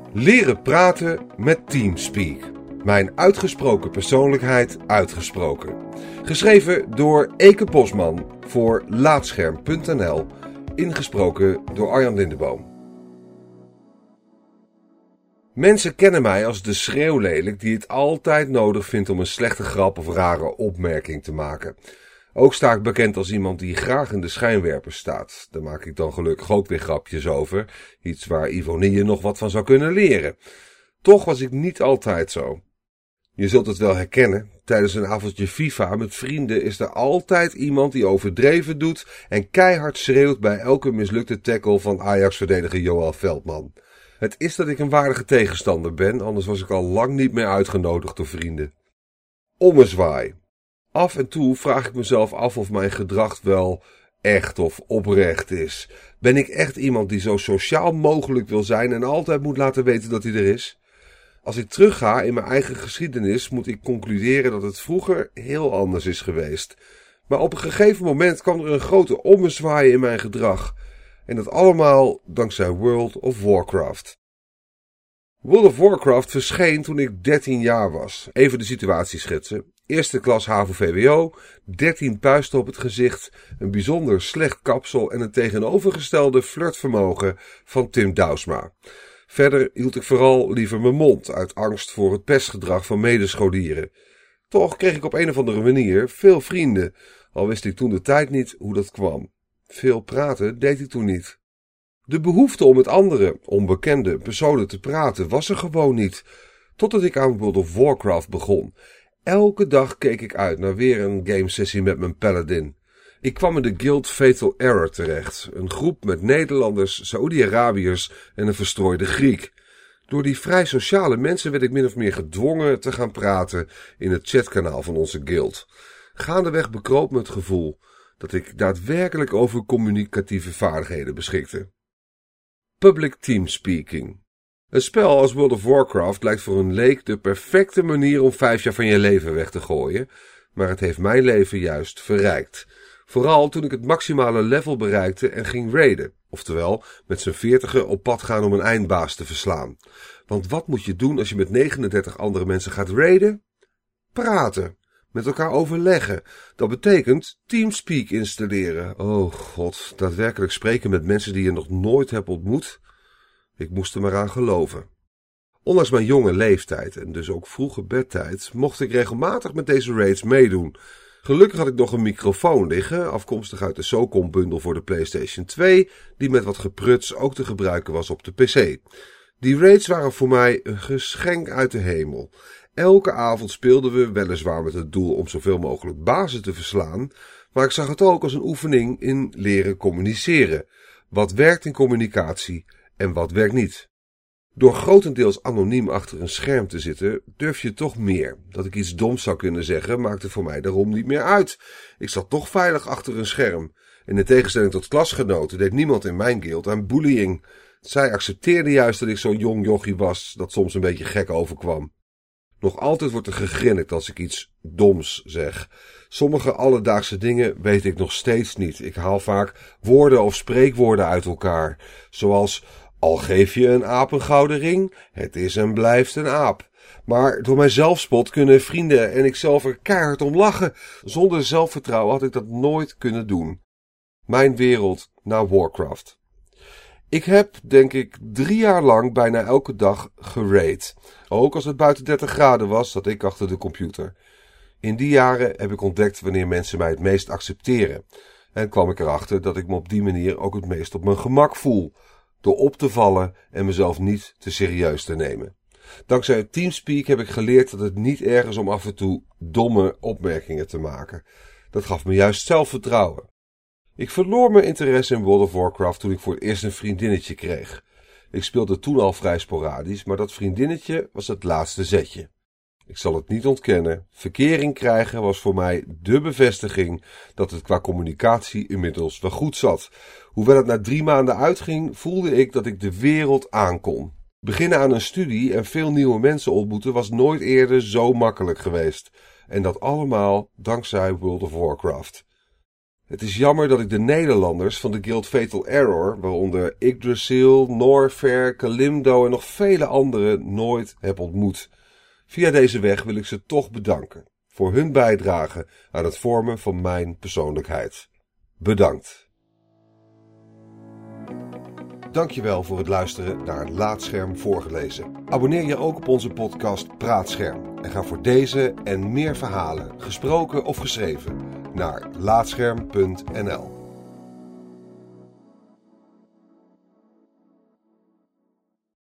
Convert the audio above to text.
Leren praten met Teamspeak. Mijn uitgesproken persoonlijkheid uitgesproken. Geschreven door Eke Bosman voor Laatscherm.nl. Ingesproken door Arjan Lindeboom. Mensen kennen mij als de schreeuwlelijk die het altijd nodig vindt om een slechte grap of rare opmerking te maken. Ook sta ik bekend als iemand die graag in de schijnwerpers staat. Daar maak ik dan gelukkig ook weer grapjes over. Iets waar Ivonie nog wat van zou kunnen leren. Toch was ik niet altijd zo. Je zult het wel herkennen. Tijdens een avondje FIFA met vrienden is er altijd iemand die overdreven doet en keihard schreeuwt bij elke mislukte tackle van Ajax-verdediger Joël Veldman. Het is dat ik een waardige tegenstander ben, anders was ik al lang niet meer uitgenodigd door vrienden. Ommezwaai. Af en toe vraag ik mezelf af of mijn gedrag wel echt of oprecht is. Ben ik echt iemand die zo sociaal mogelijk wil zijn en altijd moet laten weten dat hij er is? Als ik terugga in mijn eigen geschiedenis moet ik concluderen dat het vroeger heel anders is geweest. Maar op een gegeven moment kwam er een grote ommezwaai in mijn gedrag. En dat allemaal dankzij World of Warcraft. World of Warcraft verscheen toen ik 13 jaar was. Even de situatie schetsen. Eerste klas HAVO-VWO, 13 puisten op het gezicht, een bijzonder slecht kapsel en het tegenovergestelde flirtvermogen van Tim Douwsma. Verder hield ik vooral liever mijn mond uit angst voor het pestgedrag van medescholieren. Toch kreeg ik op een of andere manier veel vrienden, al wist ik toen de tijd niet hoe dat kwam. Veel praten deed ik toen niet. De behoefte om met andere, onbekende personen te praten was er gewoon niet, totdat ik aan World of Warcraft begon. Elke dag keek ik uit naar weer een gamesessie met mijn paladin. Ik kwam in de guild Fatal Error terecht, een groep met Nederlanders, Saoedi-Arabiërs en een verstrooide Griek. Door die vrij sociale mensen werd ik min of meer gedwongen te gaan praten in het chatkanaal van onze guild. Gaandeweg bekroop me het gevoel dat ik daadwerkelijk over communicatieve vaardigheden beschikte. Public teamspeaking. Een spel als World of Warcraft lijkt voor een leek de perfecte manier om 5 jaar van je leven weg te gooien, maar het heeft mijn leven juist verrijkt. Vooral toen ik het maximale level bereikte en ging raiden, oftewel met z'n 40 op pad gaan om een eindbaas te verslaan. Want wat moet je doen als je met 39 andere mensen gaat raiden? Praten. Met elkaar overleggen. Dat betekent Teamspeak installeren. Oh god, daadwerkelijk spreken met mensen die je nog nooit hebt ontmoet. Ik moest er maar aan geloven. Ondanks mijn jonge leeftijd en dus ook vroege bedtijd mocht ik regelmatig met deze raids meedoen. Gelukkig had ik nog een microfoon liggen, afkomstig uit de SOCOM-bundel voor de PlayStation 2, die met wat gepruts ook te gebruiken was op de PC. Die raids waren voor mij een geschenk uit de hemel. Elke avond speelden we, weliswaar met het doel om zoveel mogelijk bazen te verslaan, maar ik zag het ook als een oefening in leren communiceren. Wat werkt in communicatie en wat werkt niet. Door grotendeels anoniem achter een scherm te zitten, durf je toch meer. Dat ik iets doms zou kunnen zeggen, maakte voor mij daarom niet meer uit. Ik zat toch veilig achter een scherm. In tegenstelling tot klasgenoten deed niemand in mijn guild aan bullying. Zij accepteerden juist dat ik zo'n jong jochie was, dat soms een beetje gek overkwam. Nog altijd wordt er gegrinnikt als ik iets doms zeg. Sommige alledaagse dingen weet ik nog steeds niet. Ik haal vaak woorden of spreekwoorden uit elkaar. Zoals, al geef je een aap een gouden ring, het is en blijft een aap. Maar door mijn zelfspot kunnen vrienden en ikzelf er keihard om lachen. Zonder zelfvertrouwen had ik dat nooit kunnen doen. Mijn wereld na Warcraft. Ik heb, denk ik, 3 jaar lang bijna elke dag geraid. Ook als het buiten 30 graden was, zat ik achter de computer. In die jaren heb ik ontdekt wanneer mensen mij het meest accepteren. En kwam ik erachter dat ik me op die manier ook het meest op mijn gemak voel. Door op te vallen en mezelf niet te serieus te nemen. Dankzij Teamspeak heb ik geleerd dat het niet erg is om af en toe domme opmerkingen te maken. Dat gaf me juist zelfvertrouwen. Ik verloor mijn interesse in World of Warcraft toen ik voor het eerst een vriendinnetje kreeg. Ik speelde toen al vrij sporadisch, maar dat vriendinnetje was het laatste zetje. Ik zal het niet ontkennen, verkering krijgen was voor mij dé bevestiging dat het qua communicatie inmiddels wel goed zat. Hoewel het na 3 maanden uitging, voelde ik dat ik de wereld aankon. Beginnen aan een studie en veel nieuwe mensen ontmoeten was nooit eerder zo makkelijk geweest. En dat allemaal dankzij World of Warcraft. Het is jammer dat ik de Nederlanders van de Guild Fatal Error, waaronder Yggdrasil, Norfair, Kalimdo en nog vele anderen, nooit heb ontmoet. Via deze weg wil ik ze toch bedanken voor hun bijdrage aan het vormen van mijn persoonlijkheid. Bedankt. Dankjewel voor het luisteren naar Laatscherm voorgelezen. Abonneer je ook op onze podcast Praatscherm en ga voor deze en meer verhalen, gesproken of geschreven, naar laatscherm.nl.